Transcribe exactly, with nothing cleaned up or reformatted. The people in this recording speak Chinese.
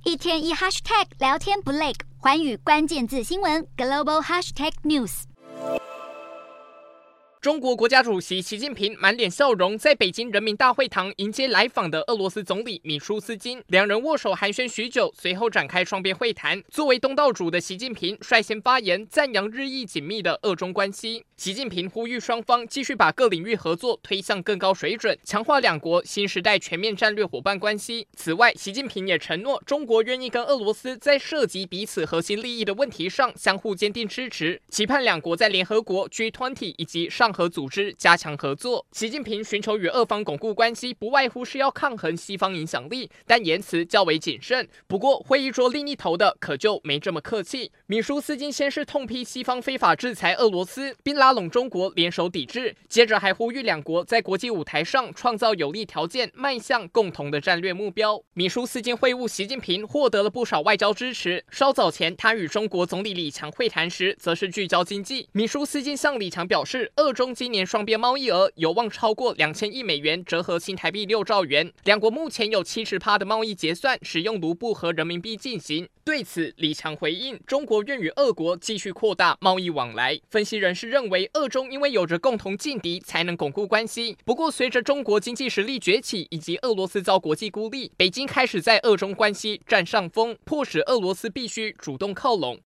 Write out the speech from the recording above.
一天一 hashtag 聊天不累，寰宇关键字新闻 global hashtag news。 中国国家主席习近平满脸笑容，在北京人民大会堂迎接来访的俄罗斯总理米舒斯金，两人握手寒暄许久，随后展开双边会谈。作为东道主的习近平率先发言，赞扬日益紧密的俄中关系。习近平呼吁双方继续把各领域合作推向更高水准，强化两国新时代全面战略伙伴关系。此外，习近平也承诺，中国愿意跟俄罗斯在涉及彼此核心利益的问题上相互坚定支持，期盼两国在联合国、G 二十 以及上合组织加强合作。习近平寻求与俄方巩固关系，不外乎是要抗衡西方影响力，但言辞较为谨慎。不过，会议桌另一头的可就没这么客气。米舒斯金先是痛批西方非法制裁俄罗斯，并拉拢中国联手抵制，接着还呼吁两国在国际舞台上创造有利条件，迈向共同的战略目标。米舒斯金会晤习近平，获得了不少外交支持。稍早前，他与中国总理李强会谈时，则是聚焦经济。米舒斯金向李强表示，俄中今年双边贸易额有望超过两千亿美元，折合新台币六兆元。两国目前有 百分之七十 的贸易结算使用卢布和人民币进行。对此，李强回应，中国愿与俄国继续扩大贸易往来。分析人士认为，俄中因为有着共同劲敌，才能巩固关系。不过，随着中国经济实力崛起以及俄罗斯遭国际孤立，北京开始在俄中关系占上风，迫使俄罗斯必须主动靠拢。